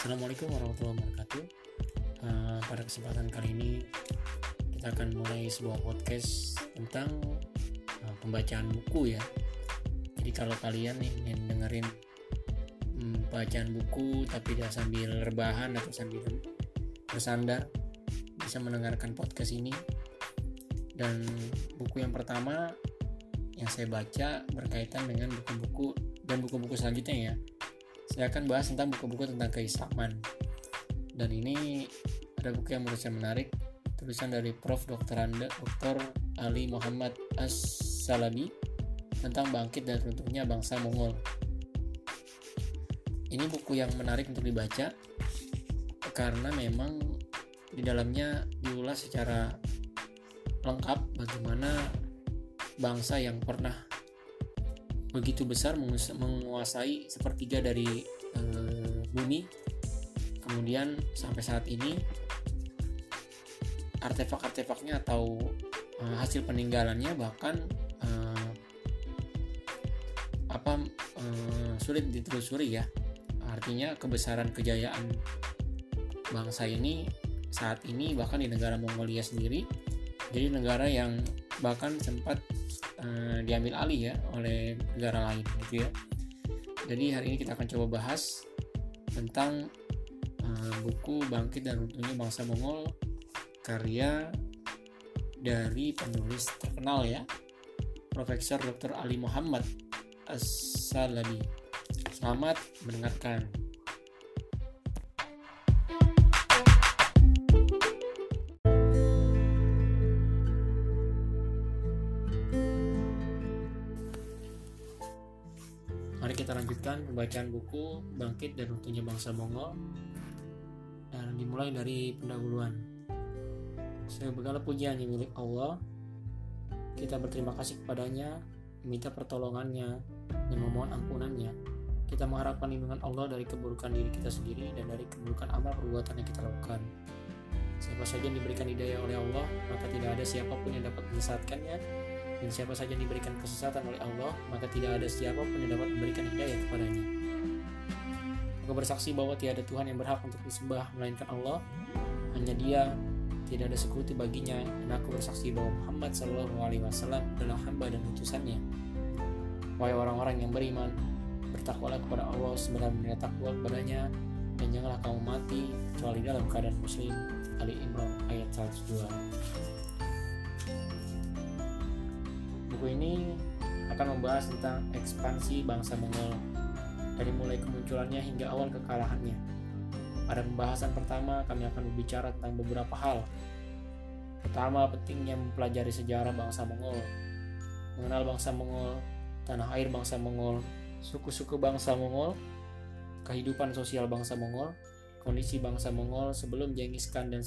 Assalamualaikum warahmatullahi wabarakatuh. Pada kesempatan kali ini kita akan mulai sebuah podcast tentang pembacaan buku ya. Jadi kalau kalian nih ingin dengerin bacaan buku tapi tidak sambil rebahan atau sambil bersandar, bisa mendengarkan podcast ini. Dan buku yang pertama yang saya baca berkaitan dengan buku-buku dan buku-buku selanjutnya ya. Saya akan bahas tentang buku-buku tentang keislaman. Dan ini ada buku yang menurut saya menarik, tulisan dari Prof. Dr. Ali Muhammad As-Salabi tentang bangkit dan runtuhnya bangsa Mongol. Ini buku yang menarik untuk dibaca karena memang di dalamnya diulas secara lengkap bagaimana bangsa yang pernah begitu besar menguasai sepertiga dari bumi, kemudian sampai saat ini artefak-artefaknya atau hasil peninggalannya bahkan sulit ditelusuri ya. Artinya kebesaran kejayaan bangsa ini saat ini bahkan di negara Mongolia sendiri jadi negara yang bahkan sempat diambil alih ya oleh negara lain gitu ya. Jadi hari ini kita akan coba bahas tentang buku Bangkit dan Runtuhnya Bangsa Mongol karya dari penulis terkenal ya, Profesor Dr. Ali Muhammad As-Salabi. Selamat mendengarkan. Mari kita lanjutkan pembacaan buku Bangkit dan Runtuhnya Bangsa Mongol, dan dimulai dari pendahuluan. Segala pujian yang milik Allah, kita berterima kasih kepadanya, meminta pertolongannya dan memohon ampunannya. Kita mengharapkan lindungan Allah dari keburukan diri kita sendiri dan dari keburukan amal perbuatan yang kita lakukan. Siapa saja yang diberikan hidayah oleh Allah, maka tidak ada siapapun yang dapat menyesatkannya. Dan siapa saja yang diberikan kesesatan oleh Allah, maka tidak ada siapapun yang dapat memberikan hidayah kepadanya. Aku bersaksi bahwa tiada Tuhan yang berhak untuk disembah melainkan Allah, hanya Dia, tidak ada sekutu baginya. Dan aku bersaksi bahwa Muhammad SAW adalah hamba dan utusannya. Wahai orang-orang yang beriman, bertakwalah kepada Allah sebenarnya takwa kepadanya, dan janganlah kamu mati kecuali dalam keadaan muslim. Ali Imran ayat 102. Buku ini akan membahas tentang ekspansi bangsa Mongol dari mulai kemunculannya hingga awal kekalahannya. Pada pembahasan pertama kami akan berbicara tentang beberapa hal. Pertama, pentingnya mempelajari sejarah bangsa Mongol, mengenal bangsa Mongol, tanah air bangsa Mongol, suku-suku bangsa Mongol, kehidupan sosial bangsa Mongol, kondisi bangsa Mongol sebelum Genghis Khan dan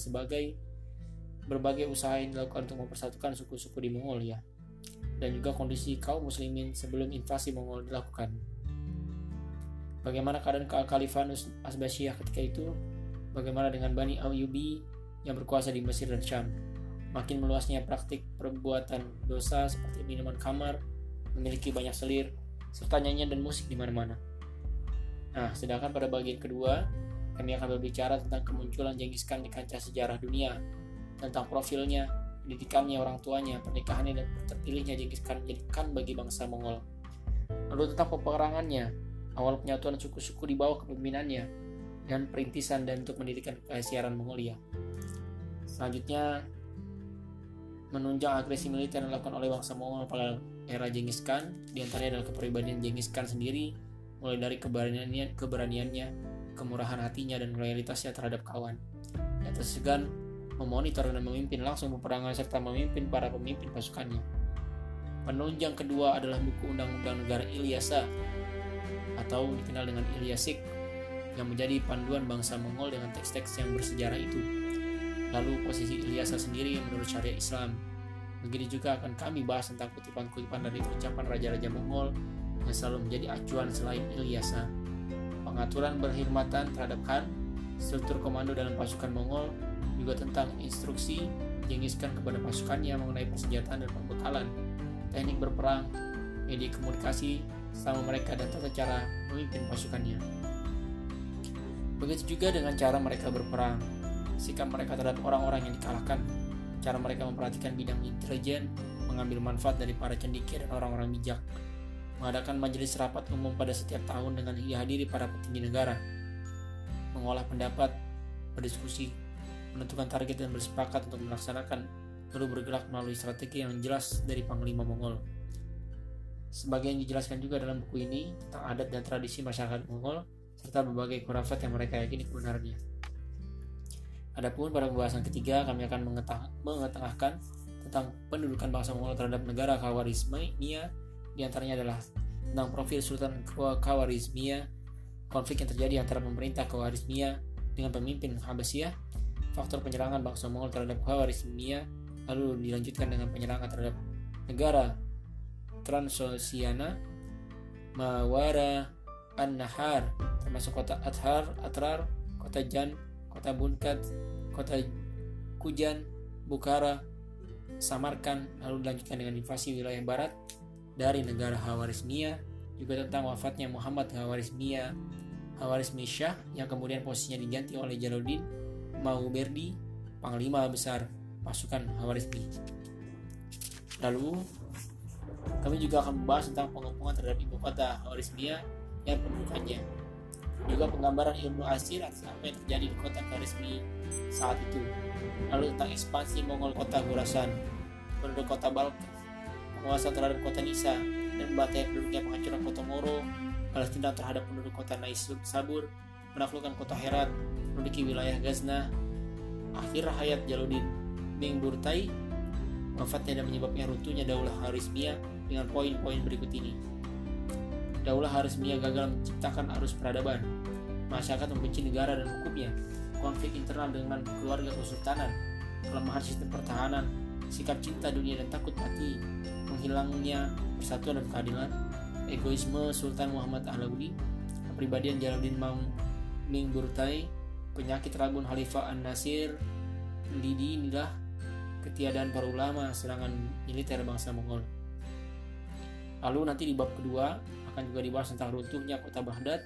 berbagai usaha yang dilakukan untuk mempersatukan suku-suku di Mongolia, dan juga kondisi kaum muslimin sebelum invasi Mongol dilakukan. Bagaimana keadaan Khalifah Abbasiyah ketika itu? Bagaimana dengan Bani Ayyubi yang berkuasa di Mesir dan Syam? Makin meluasnya praktik perbuatan dosa seperti minuman khamar, memiliki banyak selir, serta nyanyian dan musik di mana-mana. Nah, sedangkan pada bagian kedua, kami akan berbicara tentang kemunculan Genghis Khan di kancah sejarah dunia, tentang profilnya, pendidikannya, orang tuanya, pernikahannya, dan terpilihnya Genghis Khan menjadi Khan bagi bangsa Mongol. Lalu tentang peperangannya, awal penyatuan suku-suku di bawah kepemimpinannya, dan perintisan dan untuk mendirikan kekaisaran Mongolia. Selanjutnya, menunjang agresi militer yang dilakukan oleh bangsa Mongol pada era Genghis Khan, diantaranya adalah kepribadian Genghis Khan sendiri, mulai dari keberaniannya, kemurahan hatinya, dan loyalitasnya terhadap kawan. Yang tersegan memonitor dan memimpin langsung peperangan serta memimpin para pemimpin pasukannya. Penunjang kedua adalah buku Undang-Undang Negara Ilyasa atau dikenal dengan Ilyasik yang menjadi panduan bangsa Mongol dengan teks-teks yang bersejarah itu. Lalu posisi Ilyasa sendiri menurut syariat Islam. Begitu juga akan kami bahas tentang kutipan-kutipan dari ucapan raja-raja Mongol yang selalu menjadi acuan selain Ilyasa. Pengaturan berhormatan terhadap Khan, struktur komando dalam pasukan Mongol, juga tentang instruksi Genghis Khan kepada pasukannya mengenai persenjataan dan pembekalan, teknik berperang, media komunikasi sama mereka, dan tata cara memimpin pasukannya. Begitu juga dengan cara mereka berperang, sikap mereka terhadap orang-orang yang dikalahkan, cara mereka memperhatikan bidang intelijen, mengambil manfaat dari para cendekia dan orang-orang bijak, mengadakan majelis rapat umum pada setiap tahun dengan dihadiri para petinggi negara, mengolah pendapat, berdiskusi, menentukan target dan bersepakat untuk melaksanakan, lalu bergerak melalui strategi yang jelas dari Panglima Mongol. Sebagian dijelaskan juga dalam buku ini tentang adat dan tradisi masyarakat Mongol serta berbagai khurafat yang mereka yakini kebenarannya. Adapun pada pembahasan ketiga, kami akan mengetengahkan tentang pendudukan bangsa Mongol terhadap negara Khawarizmia. Di antaranya adalah tentang profil Sultan Khawarizmia, konflik yang terjadi antara pemerintah Khawarizmia dengan pemimpin Abbasiyah, faktor penyerangan bangsa Mongol terhadap Khawarizmia, lalu dilanjutkan dengan penyerangan terhadap negara Transosiana, Mawara An-Nahar, termasuk kota Atrar, kota Jan, kota Bunkat, kota Kujan, Bukhara, Samarkand, lalu dilanjutkan dengan invasi wilayah barat dari negara Khawarizmia, juga tentang wafatnya Muhammad Khawarizmi Shah yang kemudian posisinya diganti oleh Jalaluddin Mauberdi, panglima besar pasukan Khawarizmi. Lalu kami juga akan membahas tentang pengepungan terhadap ibu kota Khawarizmia dan pendudukannya, juga penggambaran ilmu asir atas apa yang terjadi di kota Khawarizmi saat itu, lalu tentang ekspansi Mongol kota Khurasan, penduduk kota Balkh, penguasaan terhadap kota Nisa, dan membantai penduduknya, penghancuran kota Moro, balas dendam terhadap penduduk kota Naisabur, menaklukkan kota Herat, menduduki wilayah Ghazna, akhir hayat Jalaluddin Bing Burtai, wafatnya dan menyebabkan runtuhnya Daulah Khawarizmia dengan poin-poin berikut ini. Daulah Khawarizmia gagal menciptakan arus peradaban, masyarakat membenci negara dan hukumnya, konflik internal dengan keluarga kesultanan, kelemahan sistem pertahanan, sikap cinta dunia dan takut mati, menghilangnya persatuan dan keadilan, egoisme Sultan Muhammad Alauddin, kepribadian Jalaluddin Bing Burtai, penyakit rabun Khalifah An-Nasir, lidi inilah ketiadaan para ulama, serangan militer bangsa Mongol. Lalu nanti di bab kedua akan juga dibahas tentang runtuhnya kota Baghdad,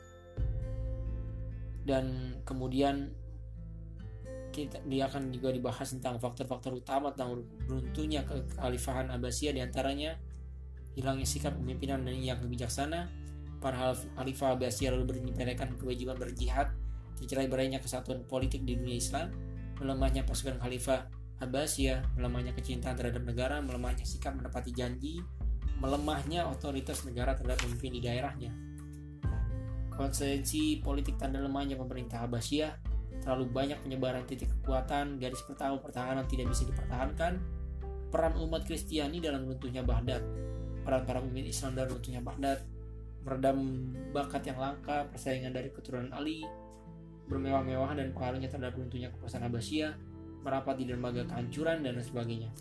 dan kemudian dia akan juga dibahas tentang faktor-faktor utama tentang runtuhnya kekhalifahan Abbasiyah, diantaranya hilangnya sikap pemimpinan dan yang bijaksana para khalifah Abbasiyah, lalu menyepelekan kewajiban berjihad, tercerai-berainya kesatuan politik di dunia Islam, melemahnya pasukan khalifah Abbasiyah, melemahnya kecintaan terhadap negara, melemahnya sikap menepati janji, melemahnya otoritas negara terhadap pemimpin di daerahnya, konsekuensi politik tanda lemahnya pemerintah Abbasiyah, terlalu banyak penyebaran titik kekuatan, garis pertahanan tidak bisa dipertahankan, peran umat Kristiani dalam runtuhnya Baghdad, peran para pemimpin Islam dalam runtuhnya Baghdad, meredam bakat yang langka, persaingan dari keturunan Ali, bermewah-mewahan dan pengaruhnya terhadap runtuhnya kekuasaan Abbasiyah, merapat di dermaga kehancuran dan sebagainya.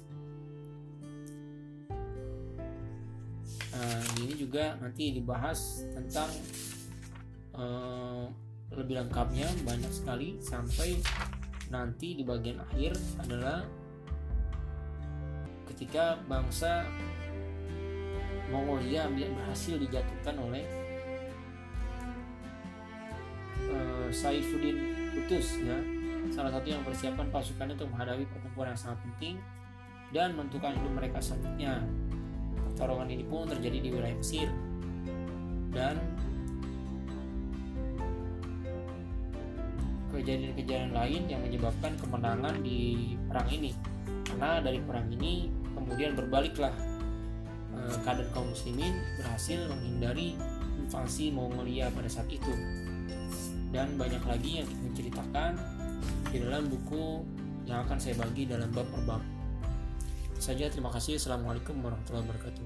Ini juga nanti dibahas tentang lebih lengkapnya, banyak sekali, sampai nanti di bagian akhir adalah ketika bangsa Mongolia berhasil dijatuhkan oleh Saifuddin Qutuz, ya, salah satu yang persiapan pasukannya untuk menghadapi pertempuran yang sangat penting dan menentukan hidup mereka selanjutnya. Pertarungan ini pun terjadi di wilayah Mesir, dan kejadian-kejadian lain yang menyebabkan kemenangan di perang ini. Karena dari perang ini kemudian berbaliklah keadaan kaum muslimin, berhasil menghindari invasi Mongolia pada saat itu. Dan banyak lagi yang menceritakan di dalam buku yang akan saya bagi dalam bab per bab. Saja, terima kasih. Assalamualaikum warahmatullahi wabarakatuh.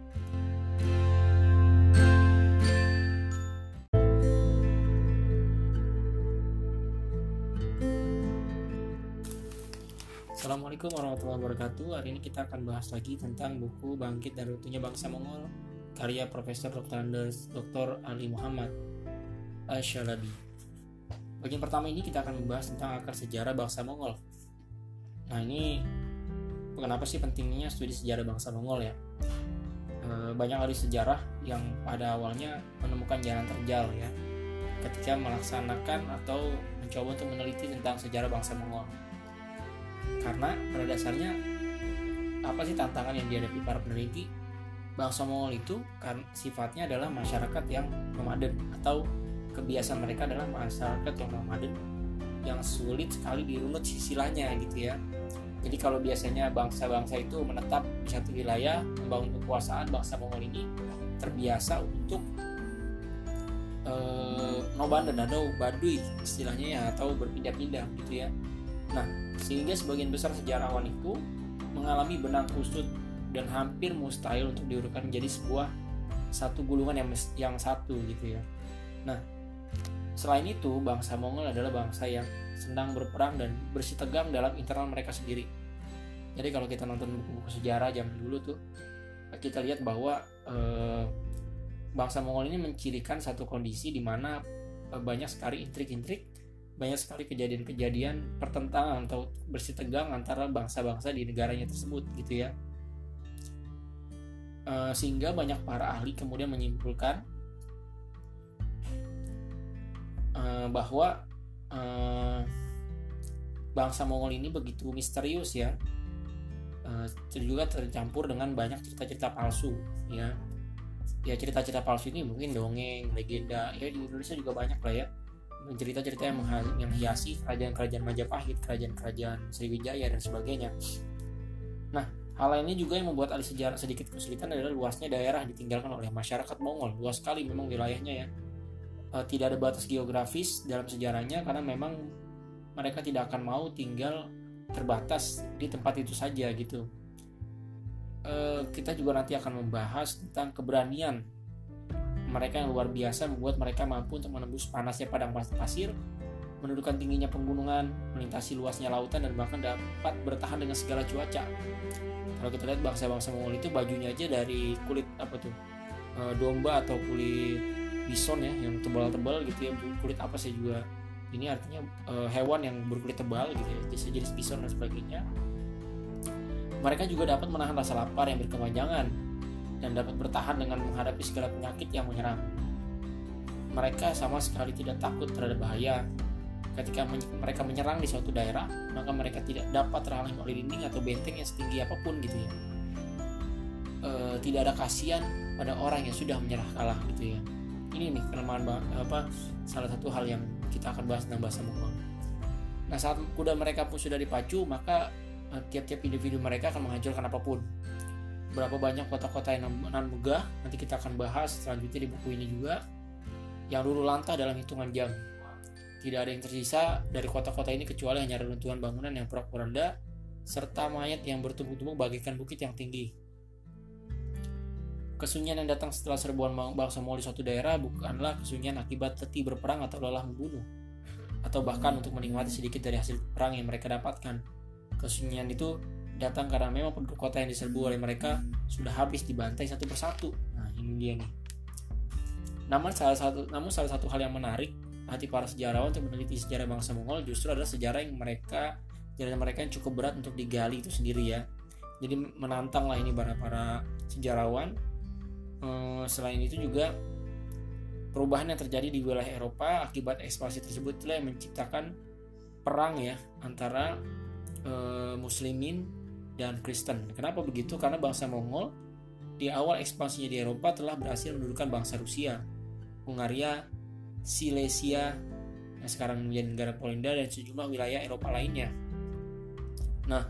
Assalamualaikum warahmatullahi wabarakatuh. Hari ini kita akan bahas lagi tentang buku Bangkit dan Runtuhnya Bangsa Mongol, karya Profesor Dr. Ali Muhammad Ash-Shalabi. Bagian pertama ini kita akan membahas tentang akar sejarah bangsa Mongol. Nah, ini kenapa sih pentingnya studi sejarah bangsa Mongol, ya? Banyak ahli sejarah yang pada awalnya menemukan jalan terjal, ya. ketika melaksanakan atau mencoba untuk meneliti tentang sejarah bangsa Mongol. Karena pada dasarnya apa sih tantangan yang dihadapi para peneliti? Bangsa Mongol itu kan sifatnya adalah masyarakat yang nomaden, atau kebiasaan mereka adalah masyarakat yang nomaden yang sulit sekali dirunut silsilahnya gitu ya. Jadi kalau biasanya bangsa-bangsa itu menetap di satu wilayah, membangun kekuasaan, bangsa Mongol ini terbiasa untuk nomaden atau baduy istilahnya ya, atau berpindah-pindah gitu ya. Nah, sehingga sebagian besar sejarawan itu mengalami benang kusut dan hampir mustahil untuk diurutkan menjadi satu gulungan yang satu gitu ya. Nah, selain itu bangsa Mongol adalah bangsa yang sedang berperang dan bersitegang dalam internal mereka sendiri. Jadi kalau kita nonton buku-buku sejarah zaman dulu tuh, kita lihat bahwa bangsa Mongol ini mencirikan satu kondisi di mana banyak sekali intrik-intrik, banyak sekali kejadian-kejadian pertentangan atau bersitegang antara bangsa-bangsa di negaranya tersebut gitu ya. Sehingga banyak para ahli kemudian menyimpulkan bahwa bangsa Mongol ini begitu misterius ya, juga tercampur dengan banyak cerita-cerita palsu ya. Cerita-cerita palsu ini mungkin dongeng, legenda ya, di Indonesia juga banyak lah ya, cerita-cerita yang menghiasi kerajaan-kerajaan Majapahit, kerajaan-kerajaan Sriwijaya dan sebagainya. Nah, hal lainnya juga yang membuat ahli sejarah sedikit kesulitan adalah luasnya daerah ditinggalkan oleh masyarakat Mongol. Luas sekali memang wilayahnya ya. Tidak ada batas geografis dalam sejarahnya, karena memang mereka tidak akan mau tinggal terbatas di tempat itu saja gitu. Kita juga nanti akan membahas tentang keberanian mereka yang luar biasa, membuat mereka mampu untuk menembus panasnya padang pasir, mendudukan tingginya pegunungan, melintasi luasnya lautan, dan bahkan dapat bertahan dengan segala cuaca. Kalau kita lihat bangsa-bangsa Mongol itu bajunya aja dari kulit domba atau kulit bison ya, yang tebal-tebal gitu ya. Kulit apa sih juga ini artinya hewan yang berkulit tebal gitu ya, jenis bison dan sebagainya. Mereka juga dapat menahan rasa lapar yang berkepanjangan dan dapat bertahan dengan menghadapi segala penyakit yang menyerang. Mereka sama sekali tidak takut terhadap bahaya. Ketika mereka menyerang di suatu daerah, maka mereka tidak dapat terhalang oleh dinding atau benteng yang setinggi apapun gitu ya. Tidak ada kasihan pada orang yang sudah menyerah kalah gitu ya. Ini nih kelemahan salah satu hal yang kita akan bahas tentang bangsa Mongol. Nah, saat kuda mereka pun sudah dipacu, maka tiap-tiap individu mereka akan menghancurkan apapun. Berapa banyak kota-kota yang nan megah, nanti kita akan bahas selanjutnya di buku ini juga, yang luluh lantah dalam hitungan jam. Tidak ada yang tersisa dari kota-kota ini kecuali hanya reruntuhan bangunan yang porak-poranda serta mayat yang bertumpuk-tumpuk bagaikan bukit yang tinggi. Kesunyian yang datang setelah serbuan bangsa Mongol di suatu daerah bukanlah kesunyian akibat letih berperang atau lelah membunuh, atau bahkan untuk menikmati sedikit dari hasil perang yang mereka dapatkan. Kesunyian itu datang karena memang penduduk kota yang diserbu oleh mereka sudah habis dibantai satu persatu. Nah, ini dia nih. Namun salah satu hal yang menarik hati para sejarawan untuk meneliti sejarah bangsa Mongol justru adalah sejarah mereka yang cukup berat untuk digali itu sendiri ya. Jadi menantang lah ini para sejarawan. Selain itu juga perubahan yang terjadi di wilayah Eropa akibat ekspansi tersebut itulah yang menciptakan perang ya antara Muslimin dan Kristen. Kenapa begitu? Karena bangsa Mongol di awal ekspansinya di Eropa telah berhasil mendudukan bangsa Rusia, Hungaria, Silesia yang sekarang menjadi negara Polandia, dan sejumlah wilayah Eropa lainnya. Nah,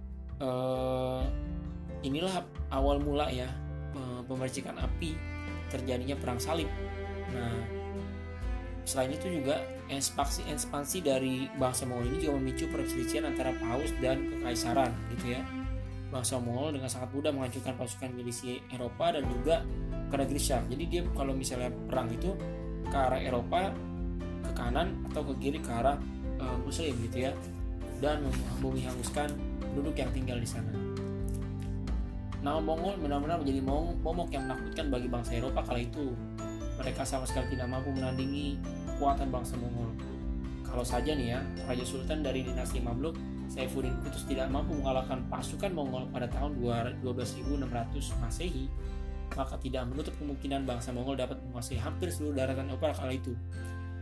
inilah awal mula ya pemercikan api terjadinya perang salib. Nah, selain itu juga ekspansi dari bangsa Mongol ini juga memicu perselisihan antara paus dan kekaisaran gitu ya. Bangsa Mongol dengan sangat mudah menghancurkan pasukan milisi Eropa dan juga ke negeri Syam. Jadi dia kalau misalnya perang itu ke arah Eropa ke kanan atau ke kiri ke arah Muslim gitu ya, dan menghanguskan penduduk yang tinggal di sana. Nama Mongol benar-benar menjadi momok yang menakutkan bagi bangsa Eropa kala itu. Mereka sama sekali tidak mampu menandingi kekuatan bangsa Mongol. Kalau saja nih ya, Raja Sultan dari dinasti Mamluk, Saifuddin Qutuz tidak mampu mengalahkan pasukan Mongol pada tahun 12.600 Masehi, maka tidak menutup kemungkinan bangsa Mongol dapat menguasai hampir seluruh daratan Eropa kala itu.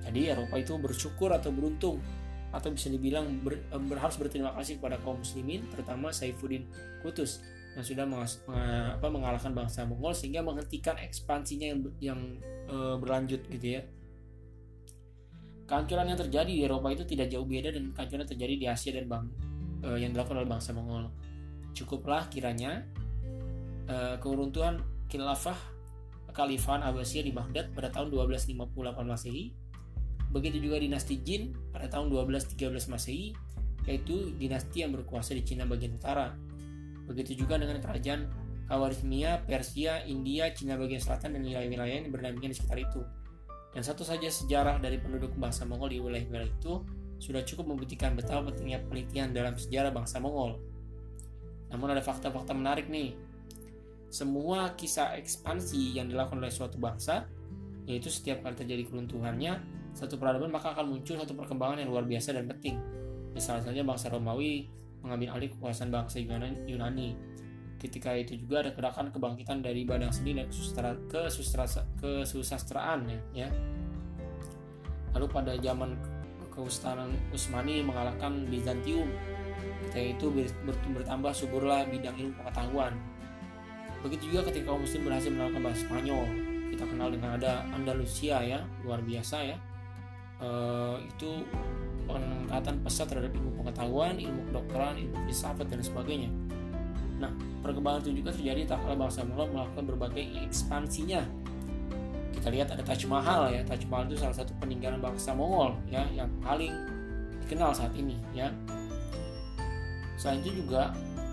Jadi Eropa itu bersyukur atau beruntung atau bisa dibilang harus berterima kasih kepada kaum muslimin, terutama Saifuddin Qutuz yang sudah mengalahkan bangsa Mongol sehingga menghentikan ekspansinya yang berlanjut gitu ya. Kehancuran yang terjadi di Eropa itu tidak jauh beda dengan kehancuran yang terjadi di Asia dan yang dilakukan oleh bangsa Mongol. Cukuplah kiranya keruntuhan Khalifah Abbasiyah di Baghdad pada tahun 1258 Masehi. Begitu juga dinasti Jin pada tahun 1213 Masehi, yaitu dinasti yang berkuasa di Cina bagian utara. Begitu juga dengan kerajaan Khawarizmia, Persia, India, Cina bagian selatan, dan wilayah-wilayah yang berdampingan di sekitar itu. Dan satu saja sejarah dari penduduk bangsa Mongol di wilayah-wilayah itu sudah cukup membuktikan betapa pentingnya penelitian dalam sejarah bangsa Mongol. Namun ada fakta-fakta menarik nih. Semua kisah ekspansi yang dilakukan oleh suatu bangsa, yaitu setiap kali terjadi keruntuhannya satu peradaban, maka akan muncul satu perkembangan yang luar biasa dan penting. Misalnya saja bangsa Romawi mengambil alih kekuasaan bangsa Yunani. Ketika itu juga ada gerakan kebangkitan dari badang seni dan kesusastraan ya. Lalu pada zaman Kesultanan Utsmani mengalahkan Bizantium, ketika itu bertambah suburlah bidang ilmu pengetahuan. Begitu juga ketika kaum muslim berhasil melakukan bahasa Spanyol, kita kenal dengan ada Andalusia ya, luar biasa ya. Itu peningkatan pesat terhadap ilmu pengetahuan, ilmu kedokteran, ilmu filsafat dan sebagainya. Nah, perkembangan itu juga terjadi tak kala bangsa Mongol melakukan berbagai ekspansinya. Kita lihat ada Taj Mahal ya. Taj Mahal itu salah satu peninggalan bangsa Mongol ya yang paling dikenal saat ini ya. Selain itu juga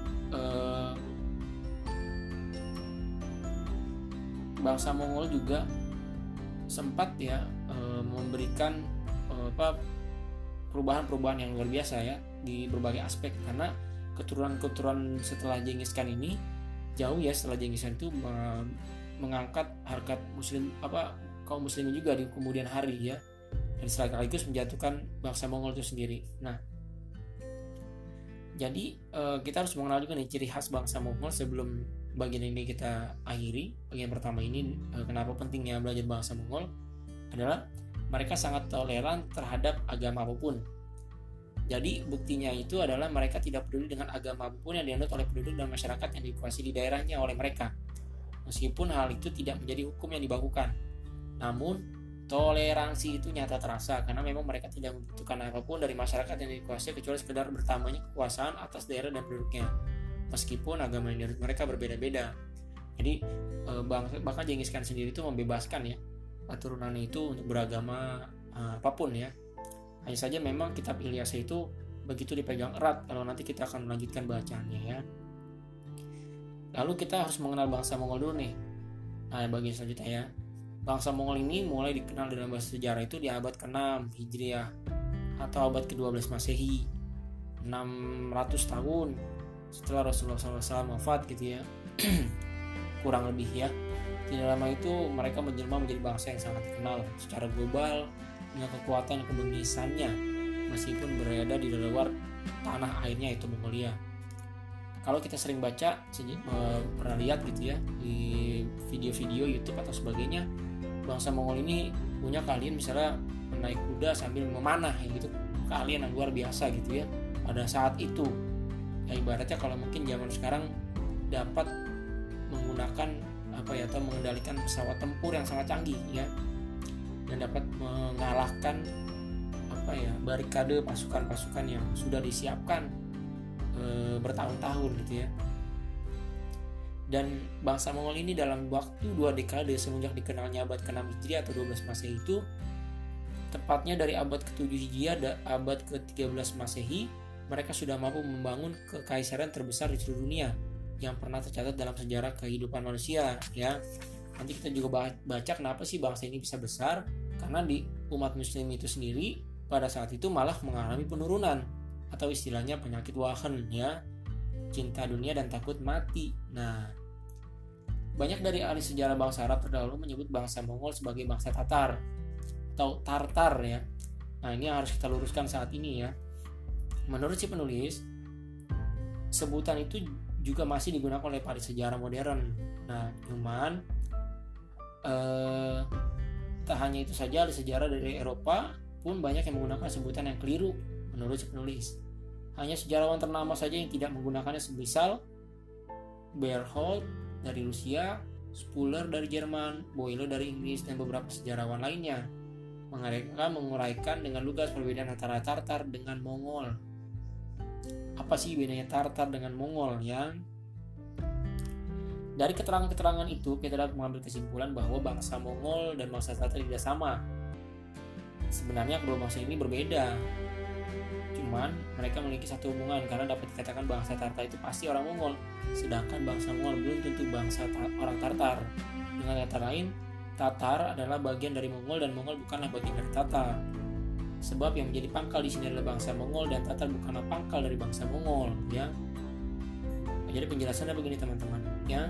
bangsa Mongol juga sempat ya memberikan perubahan-perubahan yang luar biasa ya di berbagai aspek, karena keturunan setelah Genghis Khan ini jauh ya, setelah Genghis Khan itu mengangkat harkat kaum muslimin juga di kemudian hari ya, dan sekaligus menjatuhkan bangsa Mongol itu sendiri. Nah, jadi kita harus mengenal juga nih ciri khas bangsa Mongol sebelum bagian ini kita akhiri. Bagian pertama ini kenapa pentingnya belajar bangsa Mongol adalah mereka sangat toleran terhadap agama apapun. Jadi buktinya itu adalah mereka tidak peduli dengan agama apapun yang dianut oleh penduduk dan masyarakat yang dikuasai di daerahnya oleh mereka, meskipun hal itu tidak menjadi hukum yang dibakukan. Namun toleransi itu nyata terasa karena memang mereka tidak membutuhkan apapun dari masyarakat yang dikuasai kecuali sekedar bertambahnya kekuasaan atas daerah dan penduduknya, meskipun agama yang dianut mereka berbeda-beda. Jadi bahkan Genghis Khan sendiri itu membebaskan ya keturunannya itu untuk beragama apapun ya. Hanya saja memang kitab Ilyas itu begitu dipegang erat kalau nanti kita akan melanjutkan bacaannya ya. Lalu kita harus mengenal bangsa Mongol dulu nih. Nah, bagian selanjutnya ya. Bangsa Mongol ini mulai dikenal dalam bahasa sejarah itu di abad ke-6 Hijriah atau abad ke-12 Masehi, 600 tahun setelah Rasulullah SAW wafat gitu ya. Kurang lebih ya. Tidak lama itu mereka menjelma menjadi bangsa yang sangat dikenal secara global dengan kekuatan kebengisannya meskipun berada di luar tanah airnya itu Mongolia. Kalau kita sering baca pernah lihat gitu ya di video-video YouTube atau sebagainya, bangsa Mongol ini punya keahlian misalnya menaik kuda sambil memanah ya gitu, keahlian yang luar biasa gitu ya pada saat itu. Ya ibaratnya kalau mungkin zaman sekarang dapat menggunakan atau mengendalikan pesawat tempur yang sangat canggih ya, dan dapat mengalahkan barikade pasukan-pasukan yang sudah disiapkan bertahun-tahun gitu ya. Dan bangsa Mongol ini dalam waktu 2 dekade semenjak dikenalnya abad ke-6 Hijriah atau 12 Masehi itu, tepatnya dari abad ke-7 Hijriah dan abad ke-13 Masehi, mereka sudah mampu membangun kekaisaran terbesar di seluruh dunia yang pernah tercatat dalam sejarah kehidupan manusia ya. Nanti kita juga baca kenapa sih bangsa ini bisa besar, karena di umat muslim itu sendiri pada saat itu malah mengalami penurunan atau istilahnya penyakit wahan ya, cinta dunia dan takut mati. Nah, banyak dari ahli sejarah bangsa Arab terdahulu menyebut bangsa Mongol sebagai bangsa Tatar atau Tartar ya. Nah, ini yang harus kita luruskan saat ini ya. Menurut si penulis, sebutan itu juga masih digunakan oleh para sejarah modern. Nah, cuman tak hanya itu saja, ahli sejarah dari Eropa pun banyak yang menggunakan sebutan yang keliru menurut penulis. Hanya sejarawan ternama saja yang tidak menggunakannya, semisal Berthold dari Rusia, Spuler dari Jerman, Boyle dari Inggris, dan beberapa sejarawan lainnya. Mereka menguraikan dengan lugas perbedaan antara Tartar dengan Mongol. Apa sih bedanya Tartar dengan Mongol ya? Dari keterangan-keterangan itu kita dapat mengambil kesimpulan bahwa bangsa Mongol dan bangsa Tartar tidak sama. Sebenarnya kedua bangsa ini berbeda. Cuman mereka memiliki satu hubungan, karena dapat dikatakan bangsa Tartar itu pasti orang Mongol, sedangkan bangsa Mongol belum tentu bangsa orang Tartar. Dengan kata lain, Tatar adalah bagian dari Mongol dan Mongol bukanlah bagian dari Tatar. Sebab yang menjadi pangkal di sini adalah bangsa Mongol dan Tatar bukanlah pangkal dari bangsa Mongol, ya. Jadi penjelasannya begini teman-teman, ya.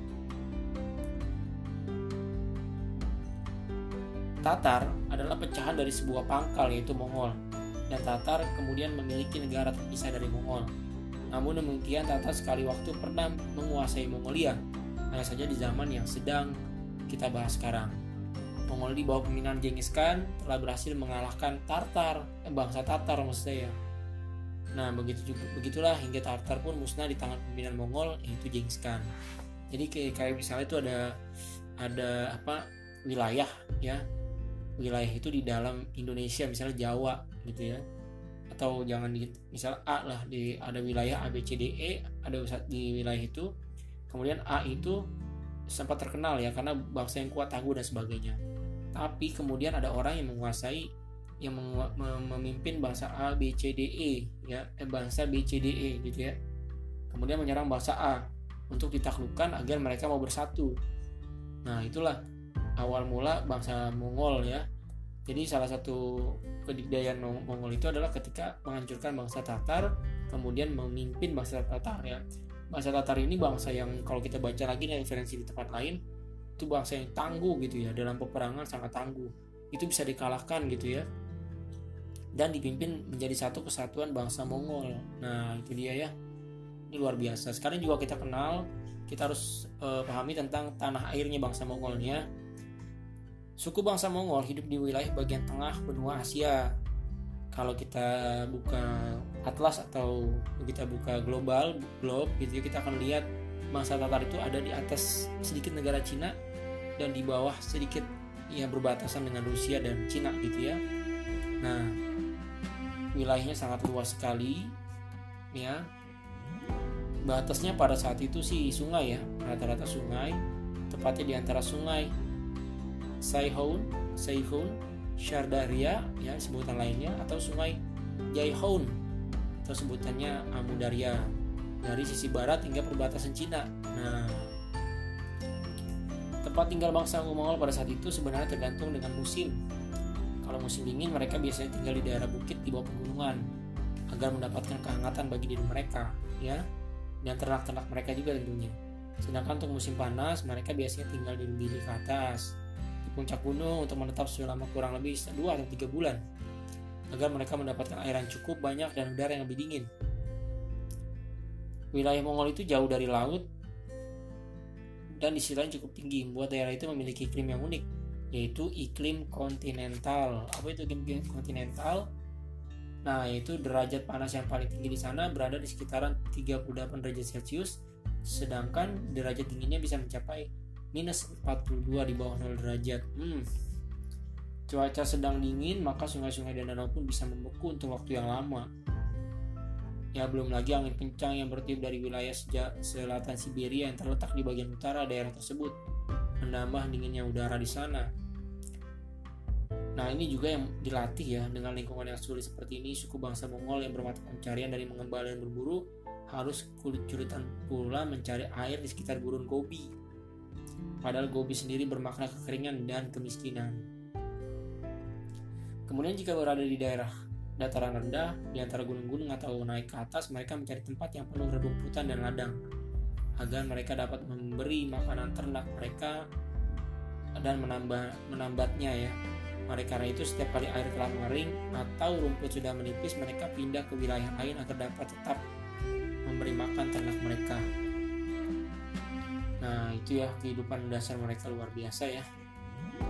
Tatar adalah pecahan dari sebuah pangkal yaitu Mongol, dan Tatar kemudian memiliki negara terpisah dari Mongol. Namun demikian, Tatar sekali waktu pernah menguasai Mongolia, hanya saja di zaman yang sedang kita bahas sekarang. Mongol di bawah pemimpinan Genghis Khan telah berhasil mengalahkan bangsa Tatar maksud saya. Nah, begitulah hingga Tatar pun musnah di tangan pimpinan Mongol yaitu Genghis Khan. Jadi kayak misalnya itu ada wilayah ya. Wilayah itu di dalam Indonesia, misalnya Jawa gitu ya, atau jangan misal A lah, ada wilayah A B C D E, ada di wilayah itu, kemudian A itu sempat terkenal ya karena bangsa yang kuat, tangguh dan sebagainya. Tapi kemudian ada orang yang menguasai, yang memimpin bangsa A B C D E ya, bangsa B C D E gitu ya, kemudian menyerang bangsa A untuk ditaklukkan agar mereka mau bersatu. Nah, itulah awal mula bangsa Mongol ya. Jadi salah satu kedikdayaan Mongol itu adalah ketika menghancurkan bangsa Tatar, kemudian memimpin bangsa Tatar ya. Bangsa Tatar ini bangsa yang kalau kita baca lagi referensi di tempat lain, itu bangsa yang tangguh gitu ya, dalam peperangan sangat tangguh. Itu bisa dikalahkan gitu ya. Dan dipimpin menjadi satu kesatuan bangsa Mongol. Nah, itu dia ya. Ini luar biasa. Sekarang juga kita kenal, kita harus pahami tentang tanah airnya bangsa Mongolnya. Suku bangsa Mongol hidup di wilayah bagian tengah benua Asia. Kalau kita buka atlas atau kita buka globe gitu ya, kita akan lihat bangsa Tatar itu ada di atas sedikit negara Cina dan di bawah sedikit yang berbatasan dengan Rusia dan Cina gitu ya. Nah, wilayahnya sangat luas sekali ya. Batasnya pada saat itu sih sungai ya, rata-rata sungai, tepatnya di antara sungai Saihon, Shardarya ya sebutan lainnya, atau sungai Jaihon atau sebutannya Amudarya, dari sisi barat hingga perbatasan Cina. Nah, tempat tinggal bangsa Mongol pada saat itu sebenarnya tergantung dengan musim. Kalau musim dingin mereka biasanya tinggal di daerah bukit di bawah pegunungan agar mendapatkan kehangatan bagi diri mereka ya, dan ternak-ternak mereka juga tentunya. Sedangkan untuk musim panas mereka biasanya tinggal di ke atas puncak gunung untuk menetap selama kurang lebih 2 atau 3 bulan agar mereka mendapatkan air yang cukup banyak dan udara yang lebih dingin. Wilayah Mongol itu jauh dari laut dan di sisi lain cukup tinggi, membuat daerah itu memiliki iklim yang unik, yaitu iklim kontinental. Apa itu iklim kontinental? Nah, yaitu derajat panas yang paling tinggi di sana berada di sekitaran 38 derajat Celcius, sedangkan derajat dinginnya bisa mencapai minus 42 di bawah 0 derajat. Cuaca sedang dingin, maka sungai-sungai dan danau pun bisa membeku untuk waktu yang lama. Ya, belum lagi angin kencang yang bertiup dari wilayah selatan Siberia yang terletak di bagian utara daerah tersebut menambah dinginnya udara di sana. Nah, ini juga yang dilatih ya, dengan lingkungan yang sulit seperti ini. Suku bangsa Mongol yang bermata pencarian dari mengembala dan berburu harus kulit-kulitan pula mencari air di sekitar gurun Gobi. Padahal Gobi sendiri bermakna kekeringan dan kemiskinan. Kemudian jika berada di daerah dataran rendah di antara gunung-gunung atau naik ke atas, mereka mencari tempat yang penuh rumputan dan ladang agar mereka dapat memberi makanan ternak mereka dan menambatnya ya. Karena itu setiap kali air telah mengering atau rumput sudah menipis, mereka pindah ke wilayah lain agar dapat tetap memberi makan ternak mereka. Nah, itu ya kehidupan dasar mereka luar biasa ya.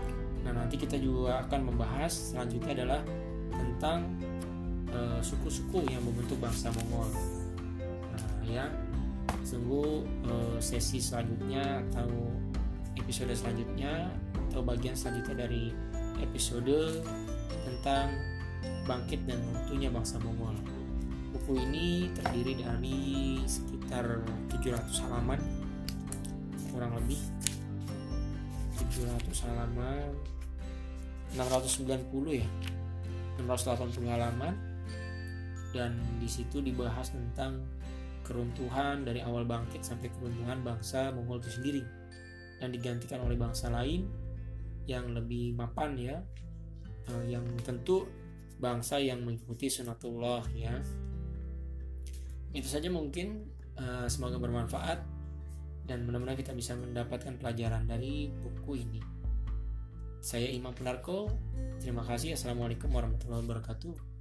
Nah, nanti kita juga akan membahas selanjutnya adalah tentang suku-suku yang membentuk bangsa Mongol. Nah, ya, tunggu sesi selanjutnya atau episode selanjutnya atau bagian selanjutnya dari episode tentang bangkit dan runtuhnya bangsa Mongol. Buku ini terdiri dari sekitar 700 halaman, kurang lebih 700 halaman, 690 ya, 680 halaman, dan di situ dibahas tentang keruntuhan dari awal bangkit sampai keruntuhan bangsa Mongol itu sendiri, dan digantikan oleh bangsa lain yang lebih mapan ya, yang tentu bangsa yang mengikuti sunatullah ya. Itu saja mungkin, semoga bermanfaat dan mudah-mudahan kita bisa mendapatkan pelajaran dari buku ini. Saya Imam Punarko, terima kasih. Assalamualaikum warahmatullahi wabarakatuh.